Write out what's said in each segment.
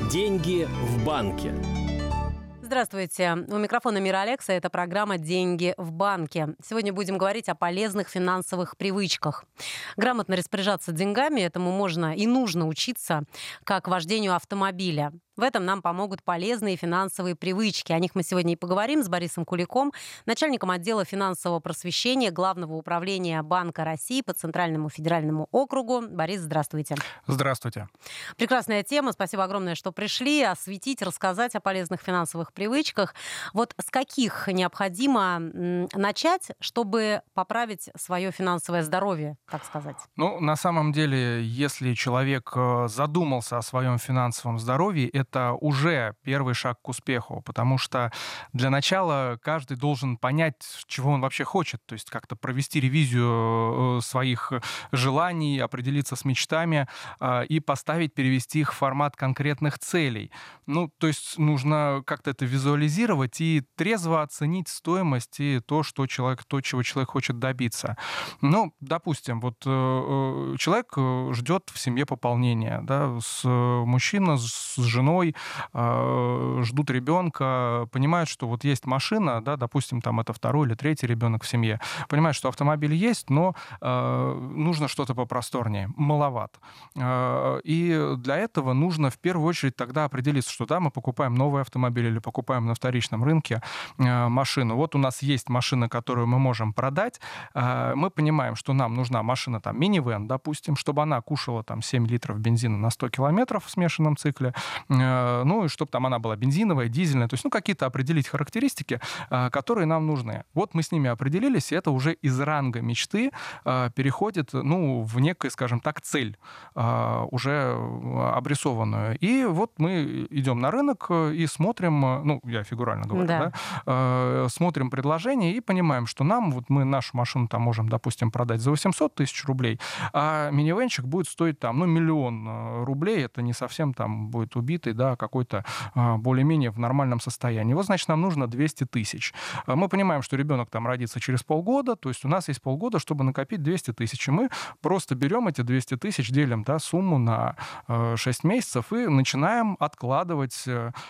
Деньги в банке. Здравствуйте. У микрофона Мира Алекса. Это программа «Деньги в банке». Сегодня будем говорить о полезных финансовых привычках. Грамотно распоряжаться деньгами этому можно и нужно учиться, как вождению автомобиля. В этом нам помогут полезные финансовые привычки. О них мы сегодня и поговорим с Борисом Куликом, начальником отдела финансового просвещения Главного управления Банка России по Центральному федеральному округу. Борис, здравствуйте. Здравствуйте. Прекрасная тема. Спасибо огромное, что пришли осветить, рассказать о полезных финансовых привычках. Вот с каких необходимо начать, чтобы поправить свое финансовое здоровье, так сказать? На самом деле, если человек задумался о своем финансовом здоровье, это уже первый шаг к успеху, потому что для начала каждый должен понять, чего он вообще хочет, то есть как-то провести ревизию своих желаний, определиться с мечтами и поставить, перевести их в формат конкретных целей. То есть нужно как-то это визуализировать и трезво оценить стоимость и то, чего человек хочет добиться. Допустим, человек ждет в семье пополнения, да, мужчина с женой ждут ребенка, понимают, что вот есть машина, да, допустим, там это второй или третий ребенок в семье, понимают, что автомобиль есть, но нужно что-то попросторнее, маловат. И для этого нужно в первую очередь тогда определиться, что да, мы покупаем новый автомобиль или покупаем на вторичном рынке машину. Вот у нас есть машина, которую мы можем продать. Мы понимаем, что нам нужна машина, там, минивэн, допустим, чтобы она кушала там 7 литров бензина на 100 километров в смешанном цикле, и чтобы там она была бензиновая, дизельная, то есть, какие-то определить характеристики, которые нам нужны. Вот мы с ними определились, и это уже из ранга мечты переходит, в некую, скажем так, цель, уже обрисованную. И вот мы идем на рынок и смотрим, я фигурально говорю, да, смотрим предложение и понимаем, что мы нашу машину там можем, допустим, продать за 800 тысяч рублей, а минивэнчик будет стоить там, 1 миллион рублей, это не совсем там будет убитый, да, какой-то более-менее в нормальном состоянии. Вот, значит, нам нужно 200 тысяч. Мы понимаем, что ребенок там родится через полгода, то есть у нас есть полгода, чтобы накопить 200 тысяч. И мы просто берем эти 200 тысяч, делим, да, сумму на 6 месяцев и начинаем откладывать.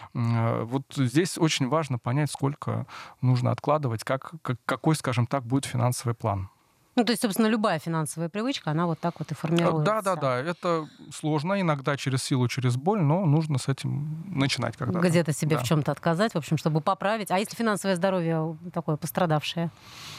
Вот здесь очень важно понять, сколько нужно откладывать, какой, скажем так, будет финансовый план. То есть, собственно, любая финансовая привычка, она вот так вот и формируется. Да. Это сложно, иногда через силу, через боль, но нужно с этим начинать когда-то. Где-то себе в чем-то отказать, в общем, чтобы поправить. А если финансовое здоровье такое пострадавшее?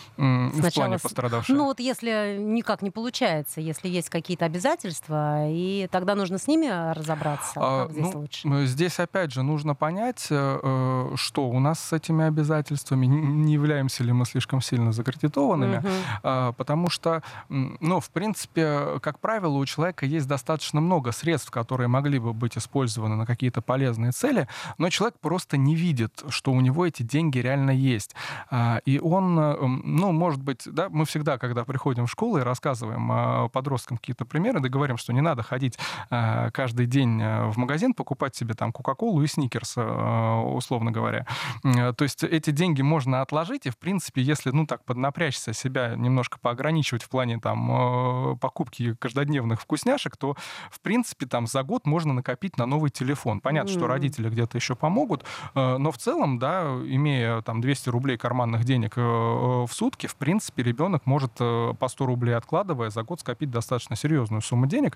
В плане пострадавшее? Если никак не получается, если есть какие-то обязательства, и тогда нужно с ними разобраться. Как здесь лучше? Здесь, опять же, нужно понять, что у нас с этими обязательствами, не являемся ли мы слишком сильно закредитованными, потому что, в принципе, как правило, у человека есть достаточно много средств, которые могли бы быть использованы на какие-то полезные цели, но человек просто не видит, что у него эти деньги реально есть. И он, может быть, да, мы всегда, когда приходим в школу и рассказываем подросткам какие-то примеры, да, говорим, что не надо ходить каждый день в магазин, покупать себе там Кока-Колу и Сникерс, условно говоря. То есть эти деньги можно отложить, и, в принципе, если, так поднапрячься, себя немножко поограничивать в плане там покупки каждодневных вкусняшек, то, в принципе, там за год можно накопить на новый телефон. Понятно, что родители где-то еще помогут, но в целом, да, имея там 200 рублей карманных денег в сутки, в принципе, ребенок может по 100 рублей откладывая за год скопить достаточно серьезную сумму денег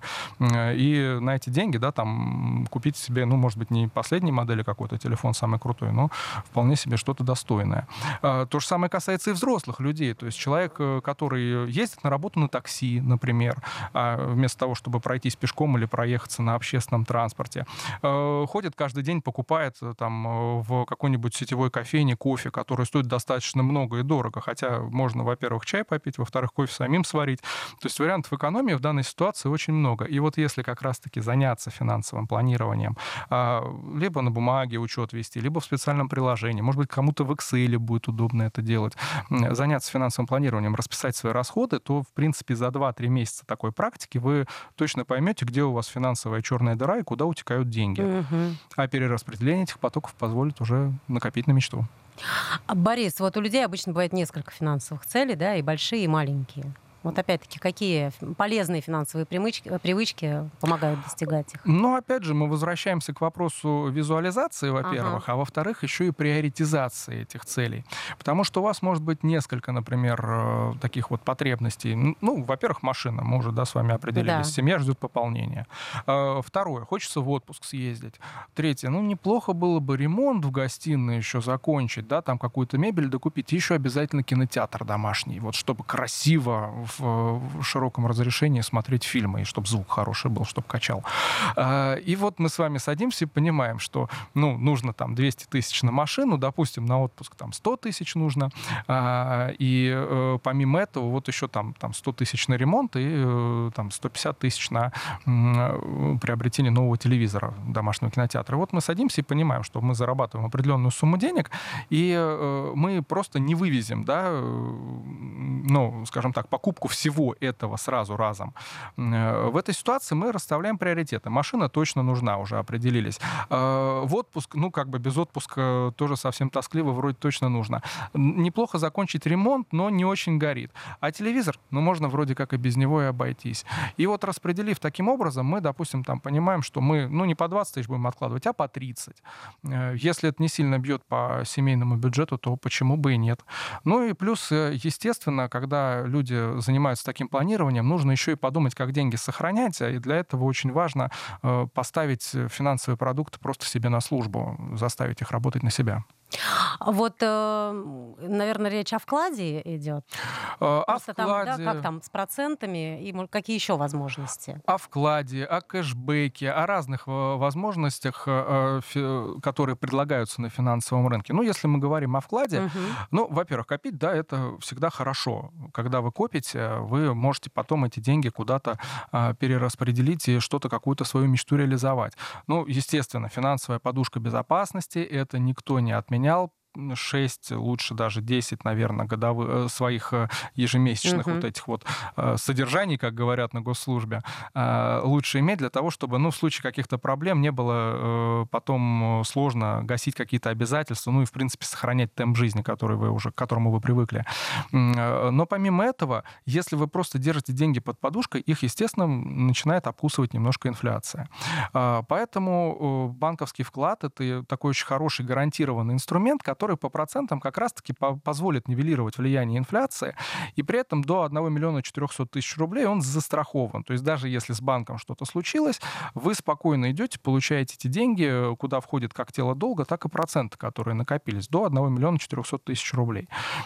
и на эти деньги, да, там купить себе, может быть, не последней модели какой-то телефон самый крутой, но вполне себе что-то достойное. То же самое касается и взрослых людей. То есть человек, который ездит на работу на такси, например, вместо того, чтобы пройтись пешком или проехаться на общественном транспорте, ходит каждый день, покупает там в какой-нибудь сетевой кофейне кофе, который стоит достаточно много и дорого, хотя можно, во-первых, чай попить, во-вторых, кофе самим сварить. То есть вариантов экономии в данной ситуации очень много. И вот если как раз-таки заняться финансовым планированием, либо на бумаге учет вести, либо в специальном приложении, может быть, кому-то в Excel будет удобно это делать, заняться финансовым планированием, расписать свои расходы, то, в принципе, за 2-3 месяца такой практики вы точно поймете, где у вас финансовая черная дыра и куда утекают деньги. А перераспределение этих потоков позволит уже накопить на мечту. Борис, вот у людей обычно бывает несколько финансовых целей, да, и большие, и маленькие. Вот опять-таки, какие полезные финансовые привычки помогают достигать их? Но опять же, мы возвращаемся к вопросу визуализации, во-первых, Ага. а во-вторых, еще и приоритизации этих целей. Потому что у вас может быть несколько, например, таких вот потребностей. Ну, во-первых, машина, мы уже, да, с вами определились. Да. Семья ждет пополнения. Второе, хочется в отпуск съездить. Третье, ну, неплохо было бы ремонт в гостиной еще закончить, да, там какую-то мебель докупить. И еще обязательно кинотеатр домашний, вот чтобы красиво в широком разрешении смотреть фильмы, и чтобы звук хороший был, чтобы качал. И вот мы с вами садимся и понимаем, что, ну, нужно там 200 тысяч на машину, допустим, на отпуск там 100 тысяч нужно, и помимо этого вот еще там 100 тысяч на ремонт и там 150 тысяч на приобретение нового телевизора, домашнего кинотеатра. И вот мы садимся и понимаем, что мы зарабатываем определенную сумму денег, и мы просто не вывезем, да, ну, скажем так, покупку всего этого сразу разом. В этой ситуации мы расставляем приоритеты. Машина точно нужна, уже определились. В отпуск, ну, как бы без отпуска тоже совсем тоскливо, вроде точно нужно. Неплохо закончить ремонт, но не очень горит. А телевизор, ну, можно вроде как и без него и обойтись. И вот распределив таким образом, мы, допустим, там понимаем, что мы, ну, не по 20 тысяч будем откладывать, а по 30. Если это не сильно бьет по семейному бюджету, то почему бы и нет. Ну и плюс, естественно, когда люди занимаются таким планированием, нужно еще и подумать, как деньги сохранять, и для этого очень важно поставить финансовые продукты просто себе на службу, заставить их работать на себя. Вот, наверное, речь о вкладе идет. О Просто там, да, вкладе, как там с процентами и какие еще возможности? о вкладе, о кэшбэке, о разных возможностях, которые предлагаются на финансовом рынке. Ну, если мы говорим о вкладе, Мгм. ну, во-первых, копить, да, это всегда хорошо. Когда вы копите, вы можете потом эти деньги куда-то перераспределить и что-то, какую-то свою мечту реализовать. Ну, естественно, финансовая подушка безопасности, это никто не отменял. 6, лучше даже 10, наверное, годовых своих ежемесячных Мгм. вот этих вот содержаний, как говорят на госслужбе, лучше иметь для того, чтобы, ну, в случае каких-то проблем не было потом сложно гасить какие-то обязательства, ну и, в принципе, сохранять темп жизни, который вы уже, к которому вы привыкли. Но помимо этого, если вы просто держите деньги под подушкой, их, естественно, начинает обкусывать немножко инфляция. Поэтому банковский вклад — это такой очень хороший гарантированный инструмент, который по процентам как раз-таки позволит нивелировать влияние инфляции, и при этом до 1 миллиона 400 тысяч рублей он застрахован. То есть даже если с банком что-то случилось, вы спокойно идете, получаете эти деньги, куда входит как тело долга, так и проценты, которые накопились, до 1 миллиона 400 тысяч рублей.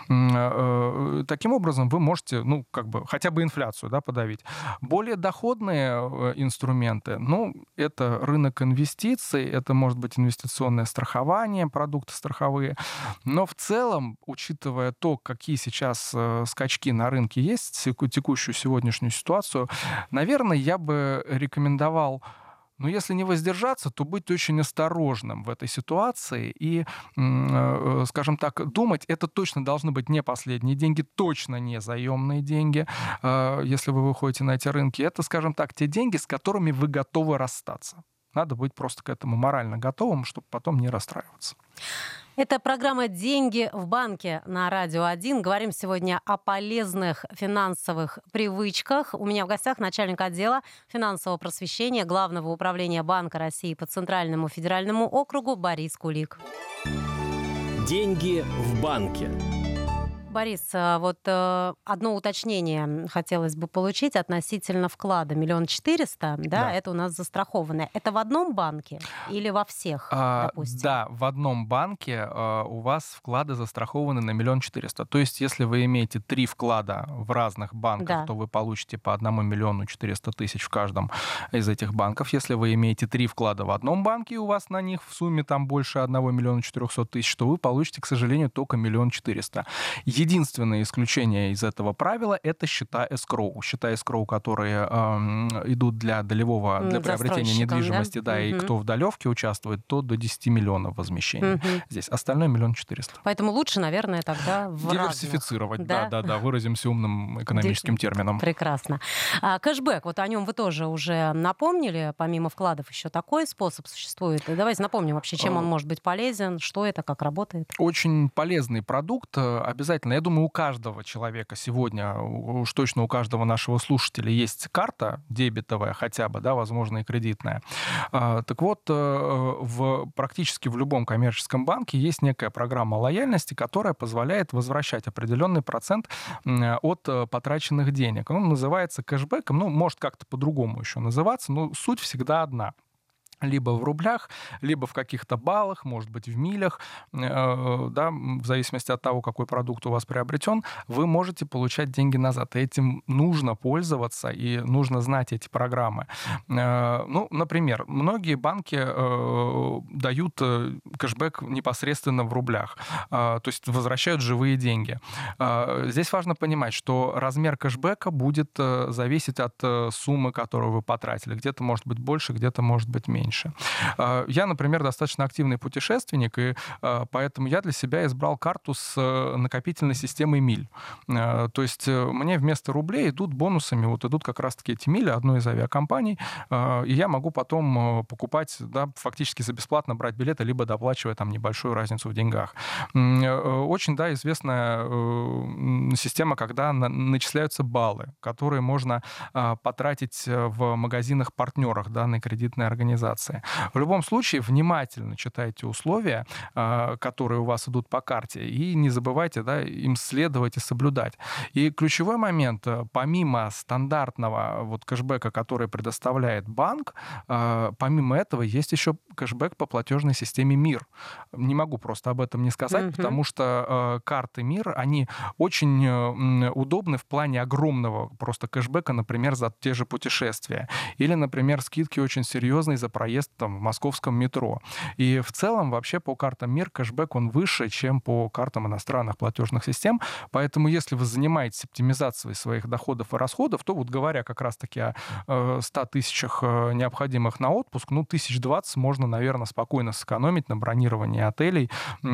Таким образом, вы можете, ну, как бы, хотя бы инфляцию, да, подавить. Более доходные инструменты, ну, это рынок инвестиций, это может быть инвестиционное страхование, продукты страховые. Но в целом, учитывая то, какие сейчас скачки на рынке есть, текущую сегодняшнюю ситуацию, наверное, я бы рекомендовал, ну, если не воздержаться, то быть очень осторожным в этой ситуации и, скажем так, думать, это точно должны быть не последние деньги, точно не заемные деньги, если вы выходите на эти рынки. Это, скажем так, те деньги, с которыми вы готовы расстаться. Надо быть просто к этому морально готовым, чтобы потом не расстраиваться. Это программа «Деньги в банке» на Радио 1. Говорим сегодня о полезных финансовых привычках. У меня в гостях начальник отдела финансового просвещения Главного управления Банка России по Центральному федеральному округу Борис Кулик. Деньги в банке. Борис, вот одно уточнение хотелось бы получить относительно вклада. 1 400 000, да, Да. это у нас застрахованное. Это в одном банке или во всех, допустим? Да, в одном банке у вас вклады застрахованы на 1 400 000. То есть, если вы имеете 3 вклада в разных банках, Да. то вы получите по 1 400 000 в каждом из этих банков. Если вы имеете 3 вклада в одном банке, и у вас на них в сумме там больше 1 400 000, то вы получите, к сожалению, только 1 400 000. Единственное исключение из этого правила — это счета эскроу. Счета эскроу, которые идут для долевого, для приобретения Застройщикам, недвижимости, да, и Мгм. кто в долевке участвует, то до 10 миллионов возмещения. Мгм. Здесь остальное 1 400 000. Поэтому лучше, наверное, тогда в разных. Диверсифицировать, Да? да, выразимся умным экономическим термином. Прекрасно. Кэшбэк, вот о нем вы тоже уже напомнили. Помимо вкладов еще такой способ существует. И давайте напомним вообще, чем он может быть полезен, что это, как работает. Очень полезный продукт. Обязательно Я думаю, у каждого человека сегодня, уж точно у каждого нашего слушателя есть карта дебетовая хотя бы, да, возможно, и кредитная. Так вот, практически в любом коммерческом банке есть некая программа лояльности, которая позволяет возвращать определенный процент от потраченных денег. Он называется кэшбэком, может как-то по-другому еще называться, но суть всегда одна. Либо в рублях, либо в каких-то баллах, может быть, в милях, да, в зависимости от того, какой продукт у вас приобретен, вы можете получать деньги назад. И этим нужно пользоваться, и нужно знать эти программы. Например, многие банки дают кэшбэк непосредственно в рублях, то есть возвращают живые деньги. Здесь важно понимать, что размер кэшбэка будет зависеть от суммы, которую вы потратили. Где-то может быть больше, где-то может быть меньше. Я, например, достаточно активный путешественник, и поэтому я для себя избрал карту с накопительной системой миль. То есть мне вместо рублей идут бонусами, идут как раз-таки эти мили одной из авиакомпаний, и я могу потом покупать, да, фактически за бесплатно брать билеты, либо доплачивая там небольшую разницу в деньгах. Очень, да, известная система, когда начисляются баллы, которые можно потратить в магазинах-партнерах данной кредитной организации. В любом случае, внимательно читайте условия, которые у вас идут по карте, и не забывайте, да, им следовать и соблюдать. И ключевой момент, помимо стандартного кэшбэка, который предоставляет банк, помимо этого есть еще кэшбэк по платежной системе МИР. Не могу просто об этом не сказать, потому что карты МИР, они очень удобны в плане огромного просто кэшбэка, например, за те же путешествия. Или, например, скидки очень серьезные за проезд там в московском метро. И в целом вообще по картам МИР кэшбэк он выше, чем по картам иностранных платежных систем. Поэтому если вы занимаетесь оптимизацией своих доходов и расходов, то говоря как раз-таки о 100 тысячах необходимых на отпуск, 1020 можно, наверное, спокойно сэкономить на бронировании отелей,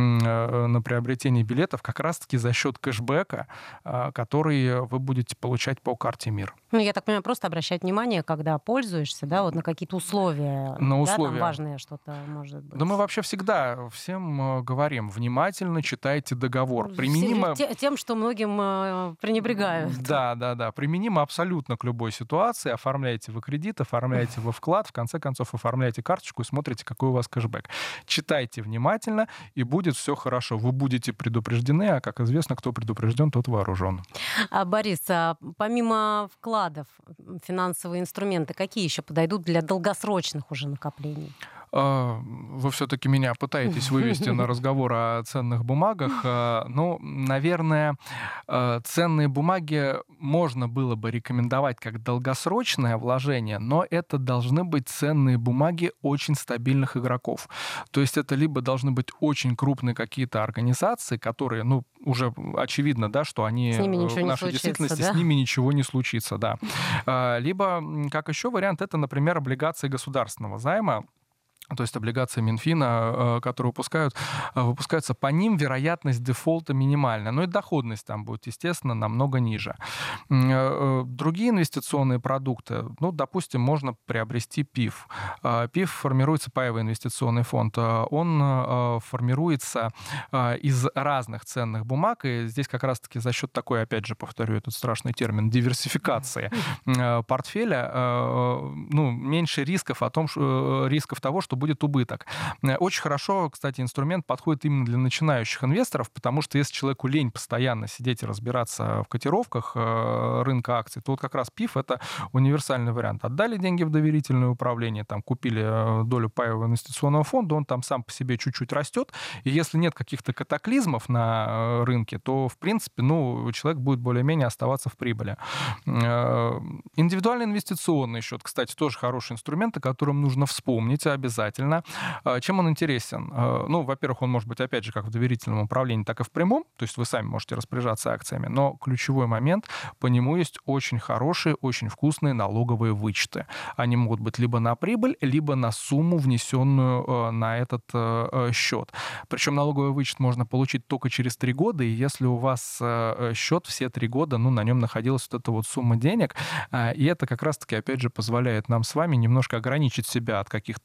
на приобретении билетов как раз-таки за счет кэшбэка, который вы будете получать по карте МИР. Я так понимаю, просто обращать внимание, когда пользуешься, да, на какие-то условия. На условия. Там важное что-то может быть. Да мы вообще всегда всем говорим, внимательно читайте договор. Применимо... Тем, что многим пренебрегают. Да. Применимо абсолютно к любой ситуации. Оформляете вы кредит, оформляете вы вклад, в конце концов оформляете карточку и смотрите, какой у вас кэшбэк. Читайте внимательно, и будет все хорошо. Вы будете предупреждены, а, как известно, кто предупрежден, тот вооружен. Борис, помимо вкладов, финансовые инструменты, какие еще подойдут для долгосрочных уже накоплений? Вы все-таки меня пытаетесь вывести на разговор о ценных бумагах. Наверное, ценные бумаги можно было бы рекомендовать как долгосрочное вложение, но это должны быть ценные бумаги очень стабильных игроков. То есть это либо должны быть очень крупные какие-то организации, которые, уже очевидно, да, что они в нашей действительности, да? С ними ничего не случится, да. Либо, как еще вариант, это, например, облигации государственного займа, то есть облигации Минфина, которые выпускаются, по ним вероятность дефолта минимальная. Но и доходность там будет, естественно, намного ниже. Другие инвестиционные продукты, допустим, можно приобрести ПИФ. ПИФ формируется, паевый инвестиционный фонд, он формируется из разных ценных бумаг, и здесь как раз-таки за счет такой, опять же, повторю этот страшный термин, диверсификации портфеля, меньше рисков того, что будет убыток. Очень хорошо, кстати, инструмент подходит именно для начинающих инвесторов, потому что если человеку лень постоянно сидеть и разбираться в котировках рынка акций, то как раз ПИФ — это универсальный вариант. Отдали деньги в доверительное управление, там купили долю паевого инвестиционного фонда, он там сам по себе чуть-чуть растет, и если нет каких-то катаклизмов на рынке, то, в принципе, человек будет более-менее оставаться в прибыли. Индивидуальный инвестиционный счет, кстати, тоже хороший инструмент, о котором нужно вспомнить обязательно. Чем он интересен? Во-первых, он может быть, опять же, как в доверительном управлении, так и в прямом, то есть вы сами можете распоряжаться акциями, но ключевой момент, по нему есть очень хорошие, очень вкусные налоговые вычеты. Они могут быть либо на прибыль, либо на сумму, внесенную на этот счет. Причем налоговый вычет можно получить только через 3 года, и если у вас счет все 3 года, на нем находилась эта сумма денег, и это как раз-таки, опять же, позволяет нам с вами немножко ограничить себя от каких-то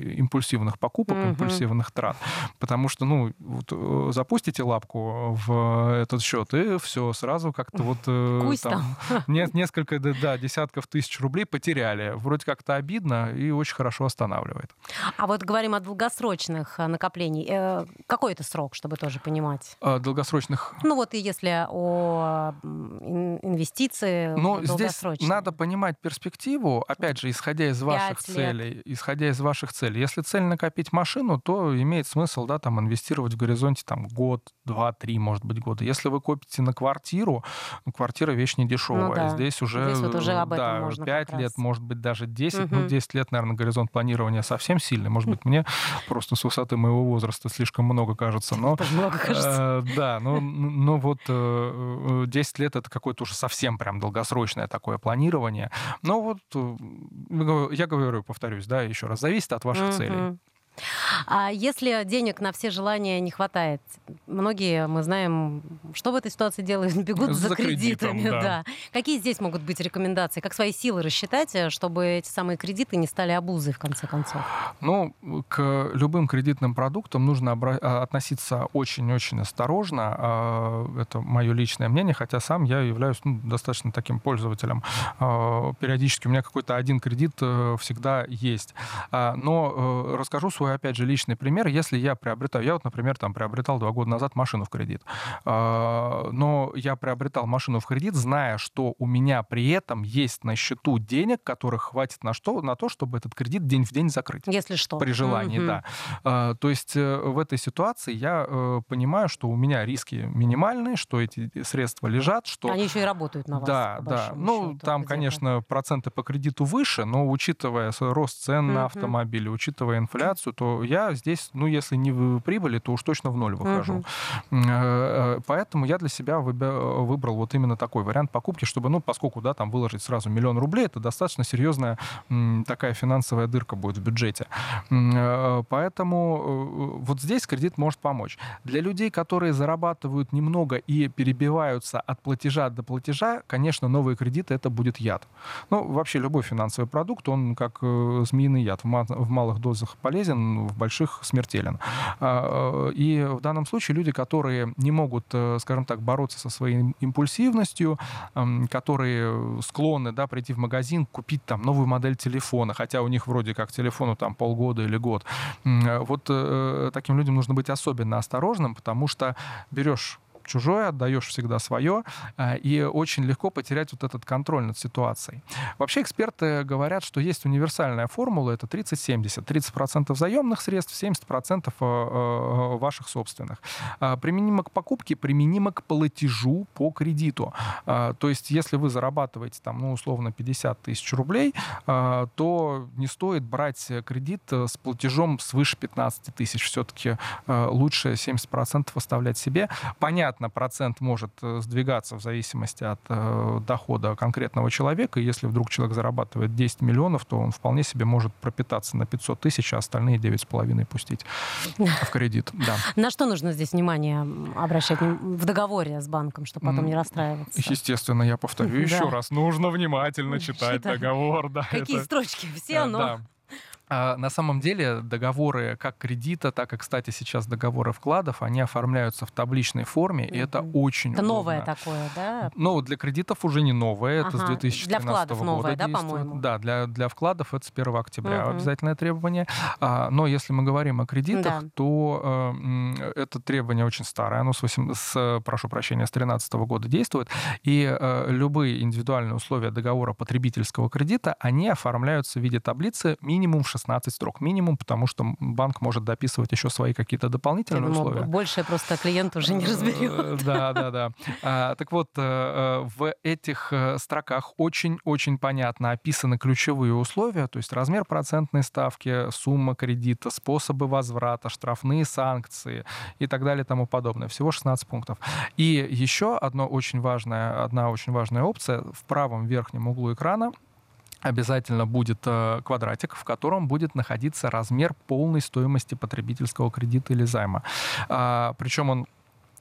импульсивных покупок, импульсивных трат. Потому что, ну, вот, запустите лапку в этот счет, и все, сразу как-то вот там несколько десятков тысяч рублей потеряли. Вроде как-то обидно и очень хорошо останавливает. А вот говорим о долгосрочных накоплений. Какой это срок, чтобы тоже понимать? Долгосрочных... Ну вот и если о инвестиции долгосрочные. Здесь надо понимать перспективу, опять же, исходя из ваших целей. Если цель накопить машину, то имеет смысл, да, там, инвестировать в горизонте там, год, 2, 3, может быть, года. Если вы копите на квартиру, квартира вещь не дешевая. Ну, да. Здесь уже, вот уже об этом можно 5 лет, может быть, даже 10. Ну, 10 лет, наверное, горизонт планирования совсем сильный. Может быть, мне просто с высоты моего возраста слишком много кажется. Но, много кажется. Да, но вот 10 лет — это какое-то уже совсем прям долгосрочное такое планирование. Но вот я говорю, повторюсь, да, еще раз, зависит от ваших целей. А если денег на все желания не хватает? Многие, мы знаем, что в этой ситуации делают? Бегут за кредитами. Да. Какие здесь могут быть рекомендации? Как свои силы рассчитать, чтобы эти самые кредиты не стали обузой, в конце концов? Ну, к любым кредитным продуктам нужно относиться очень-очень осторожно. Это мое личное мнение, хотя сам я являюсь достаточно таким пользователем. Периодически у меня какой-то один кредит всегда есть. Но расскажу свой, опять же, личный пример. Если я приобретаю... Я вот, например, там приобретал 2 года назад машину в кредит. Но я приобретал машину в кредит, зная, что у меня при этом есть на счету денег, которых хватит на то, чтобы этот кредит день в день закрыть. Если что. При желании, да. То есть в этой ситуации я понимаю, что у меня риски минимальные, что эти средства лежат, что... Они еще и работают на вас. Да. Ну, там, конечно, проценты по кредиту выше, но учитывая рост цен на автомобили, учитывая инфляцию, то я здесь, ну, если не в прибыли, то уж точно в ноль выхожу. Поэтому я для себя выбрал вот именно такой вариант покупки, чтобы, ну, поскольку, да, там выложить сразу 1 000 000 рублей, это достаточно серьезная такая финансовая дырка будет в бюджете. Поэтому вот здесь кредит может помочь. Для людей, которые зарабатывают немного и перебиваются от платежа до платежа, конечно, новые кредиты — это будет яд. Ну, вообще любой финансовый продукт, он как змеиный яд. В малых дозах полезен, в больших смертелен. И в данном случае люди, которые не могут, скажем так, бороться со своей импульсивностью, которые склонны, да, прийти в магазин, купить там новую модель телефона, хотя у них вроде как телефону там полгода или год. Вот таким людям нужно быть особенно осторожным, потому что берешь чужое, отдаешь всегда свое, и очень легко потерять вот этот контроль над ситуацией. Вообще эксперты говорят, что есть универсальная формула, это 30-70. 30% заемных средств, 70% ваших собственных. Применимо к покупке, применимо к платежу по кредиту. То есть если вы зарабатываете там, ну, условно, 50 тысяч рублей, то не стоит брать кредит с платежом свыше 15 тысяч. Все-таки лучше 70% оставлять себе. Понятно, процент может сдвигаться в зависимости от дохода конкретного человека. И если вдруг человек зарабатывает 10 миллионов, то он вполне себе может пропитаться на 500 тысяч, а остальные 9,5 пустить в кредит. Да. На что нужно здесь внимание обращать в договоре с банком, чтобы потом не расстраиваться? Естественно, я повторю еще раз. Нужно внимательно читать договор. Да, какие строчки? Все, но... Да. На самом деле договоры как кредита, так и, кстати, сейчас договоры вкладов, они оформляются в табличной форме, и это очень удобно. Новое такое, да? Ну, для кредитов уже не новое, это с 2013 для вкладов года новое, да, действует. по-моему? Да, для вкладов это с 1 октября обязательное требование. Но если мы говорим о кредитах, то это требование очень старое, оно прошу прощения, с 2013 года действует, и любые индивидуальные условия договора потребительского кредита, они оформляются в виде таблицы минимум 16 строк. Минимум, потому что банк может дописывать еще свои какие-то дополнительные условия. Больше просто клиент уже не разберет. Да. Так вот, в этих строках очень-очень понятно описаны ключевые условия, то есть размер процентной ставки, сумма кредита, способы возврата, штрафные санкции и так далее и тому подобное. Всего 16 пунктов. И еще одна очень важная опция: в правом верхнем углу экрана обязательно будет квадратик, в котором будет находиться размер полной стоимости потребительского кредита или займа. Причем он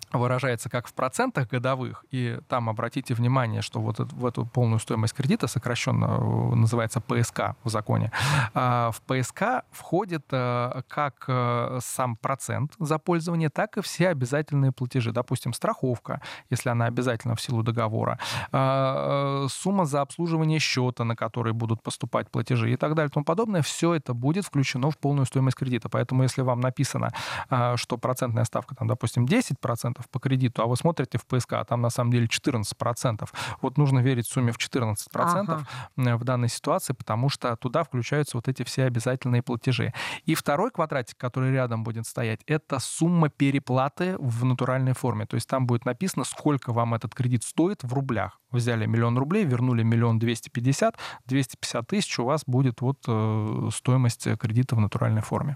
выражается как в процентах годовых, и там обратите внимание, что вот в эту полную стоимость кредита, сокращенно называется ПСК в законе, в ПСК входит как сам процент за пользование, так и все обязательные платежи. Допустим, страховка, если она обязательна в силу договора, сумма за обслуживание счета, на который будут поступать платежи и так далее и тому подобное, все это будет включено в полную стоимость кредита. Поэтому если вам написано, что процентная ставка, там, допустим, 10%, по кредиту, а вы смотрите в ПСК, а там на самом деле 14%. Вот нужно верить сумме в 14% в данной ситуации, потому что туда включаются вот эти все обязательные платежи. И второй квадратик, который рядом будет стоять, это сумма переплаты в натуральной форме. То есть там будет написано, сколько вам этот кредит стоит в рублях. Взяли 1 000 000 рублей, вернули 1 250 000, 250 тысяч у вас будет вот стоимость кредита в натуральной форме.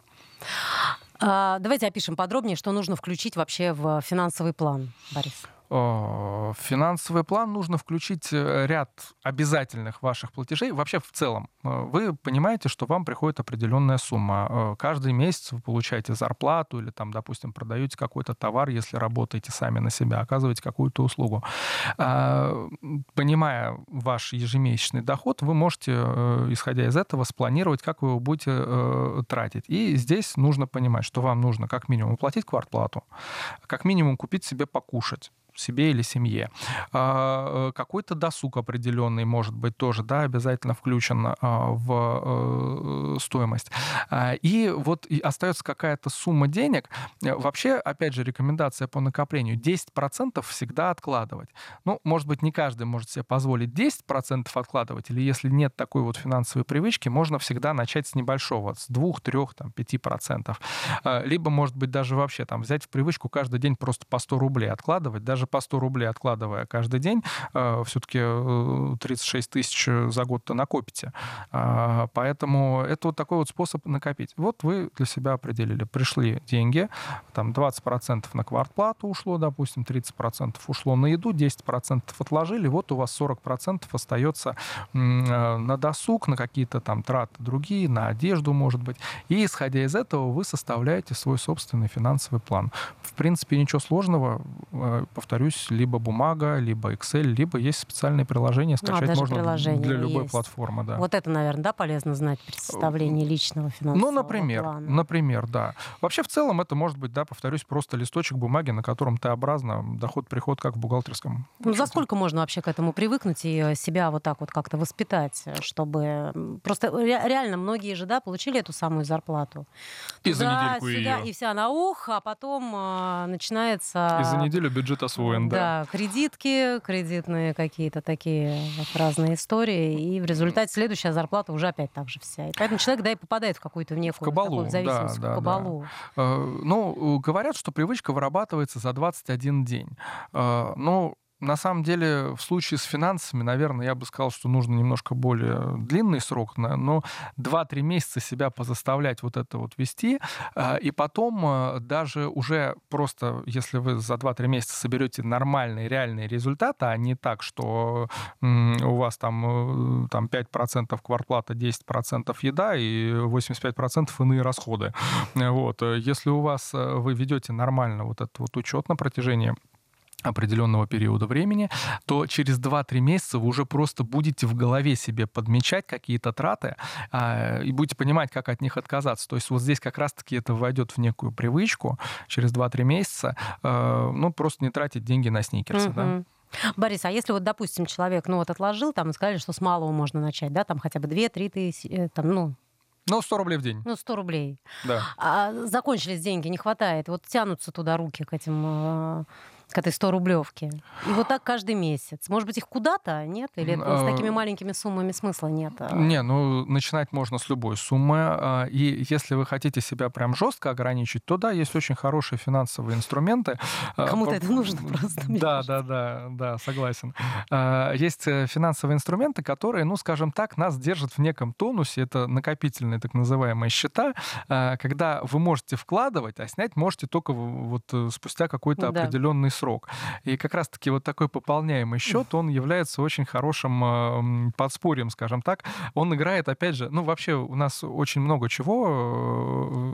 Давайте опишем подробнее, что нужно включить вообще в финансовый план, Борис. В финансовый план нужно включить ряд обязательных ваших платежей. Вообще, в целом, вы понимаете, что вам приходит определенная сумма. Каждый месяц вы получаете зарплату или, там, допустим, продаете какой-то товар, если работаете сами на себя, оказываете какую-то услугу. Понимая ваш ежемесячный доход, вы можете, исходя из этого, спланировать, как вы его будете тратить. И здесь нужно понимать, что вам нужно как минимум оплатить квартплату, как минимум купить себе покушать, себе или семье. Какой-то досуг определенный, может быть, тоже, да, обязательно включен в стоимость. И вот остается какая-то сумма денег. Вообще, опять же, рекомендация по накоплению: 10% всегда откладывать. Ну, может быть, не каждый может себе позволить 10% откладывать, или если нет такой вот финансовой привычки, можно всегда начать с небольшого, с 2, 3, 5%. Либо, может быть, даже вообще там взять в привычку каждый день просто по 100 рублей откладывать, даже по 100 рублей откладывая каждый день, все-таки 36 тысяч за год-то накопите. Поэтому это вот такой вот способ накопить. Вот вы для себя определили. Пришли деньги, там 20% на квартплату ушло, допустим, 30% ушло на еду, 10% отложили, вот у вас 40% остается на досуг, на какие-то там траты другие, на одежду, может быть. И, исходя из этого, вы составляете свой собственный финансовый план. В принципе, ничего сложного, повторюсь, либо бумага, либо Excel, либо есть специальные приложения, скачать можно для любой есть. Платформы. Да. Вот это, наверное, да, полезно знать при составлении личного финансового плана. Например, да. Вообще, в целом, это может быть, да, повторюсь, просто листочек бумаги, на котором Т-образно доход-приход, как в бухгалтерском. Ну, за сколько можно вообще к этому привыкнуть и себя вот так вот как-то воспитать, чтобы... Просто реально многие же, да, получили эту самую зарплату. И за недельку сюда, ее. И вся на ух, а потом начинается... И за неделю бюджет освоен, да. Да, кредитки, кредитные какие-то такие вот разные истории, и в результате следующая зарплата уже опять так же вся. И поэтому человек, да, и попадает в какую-то некую кабалу, зависимость, в кабалу. Да. Ну, говорят, что привычка вырабатывается за 21 день. Но на самом деле, в случае с финансами, наверное, я бы сказал, что нужно немножко более длинный срок, но 2-3 месяца себя позаставлять вот это вот вести, и потом даже уже просто, если вы за 2-3 месяца соберете нормальные, реальные результаты, а не так, что у вас там 5% квартплата, 10% еда и 85% иные расходы. Вот. Если у вас, вы ведете нормально вот этот вот учет на протяжении определенного периода времени, то через 2-3 месяца вы уже просто будете в голове себе подмечать какие-то траты и будете понимать, как от них отказаться. То есть вот здесь как раз-таки это войдет в некую привычку через 2-3 месяца, просто не тратить деньги на сникерсы, да. Борис, а если вот, допустим, человек, отложил, там, и сказали, что с малого можно начать, да, там хотя бы 2-3 тысячи, 100 рублей в день. 100 рублей. Да. А закончились деньги, не хватает. Вот тянутся туда руки к этой 100-рублевке. И вот так каждый месяц. Может быть, их куда-то, нет? Или с такими маленькими суммами смысла нет? Начинать можно с любой суммы. И если вы хотите себя прям жестко ограничить, то да, есть очень хорошие финансовые инструменты. Кому-то это нужно просто. Да, согласен. Есть финансовые инструменты, которые, скажем так, нас держат в неком тонусе. Это накопительные так называемые счета, когда вы можете вкладывать, а снять можете только вот спустя какой-то определенный срок. И как раз-таки вот такой пополняемый счет, он является очень хорошим подспорьем, скажем так. Он играет, опять же, вообще у нас очень много чего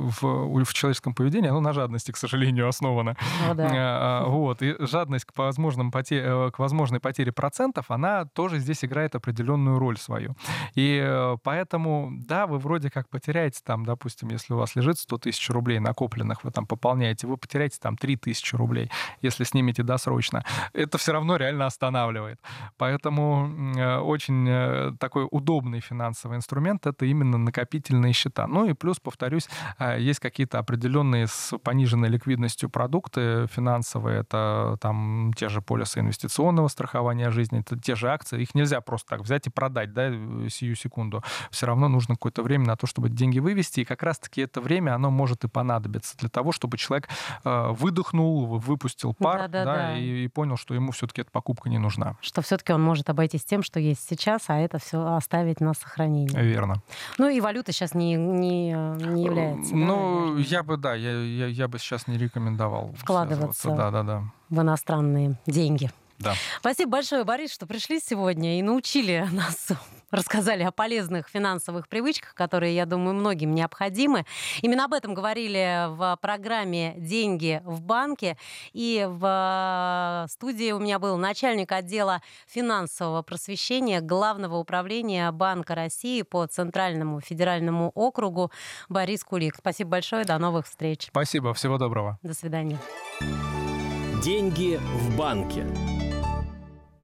в человеческом поведении, оно на жадности, к сожалению, основано. Вот. И жадность к возможной потере процентов, она тоже здесь играет определенную роль свою. И поэтому, да, вы вроде как потеряете там, допустим, если у вас лежит 100 тысяч рублей накопленных, вы там пополняете, вы потеряете там 3 тысячи рублей, если снимете досрочно. Это все равно реально останавливает. Поэтому очень такой удобный финансовый инструмент — это именно накопительные счета. Ну и плюс, повторюсь, есть какие-то определенные с пониженной ликвидностью продукты финансовые. Это там те же полисы инвестиционного страхования жизни, это те же акции. Их нельзя просто так взять и продать, да, сию секунду. Все равно нужно какое-то время на то, чтобы деньги вывести. И как раз-таки это время, оно может и понадобиться для того, чтобы человек выдохнул, выпустил пар, и понял, что ему все-таки эта покупка не нужна. Что все-таки он может обойтись тем, что есть сейчас, а это все оставить на сохранение. Верно. Ну и валюта сейчас не является. Ну, я бы сейчас не рекомендовал вкладываться да. в иностранные деньги. Да. Спасибо большое, Борис, что пришли сегодня и научили нас, рассказали о полезных финансовых привычках, которые, я думаю, многим необходимы. Именно об этом говорили в программе «Деньги в банке». И в студии у меня был начальник отдела финансового просвещения Главного управления Банка России по Центральному федеральному округу Борис Кулик. Спасибо большое, до новых встреч. Спасибо, всего доброго. До свидания. Деньги в банке.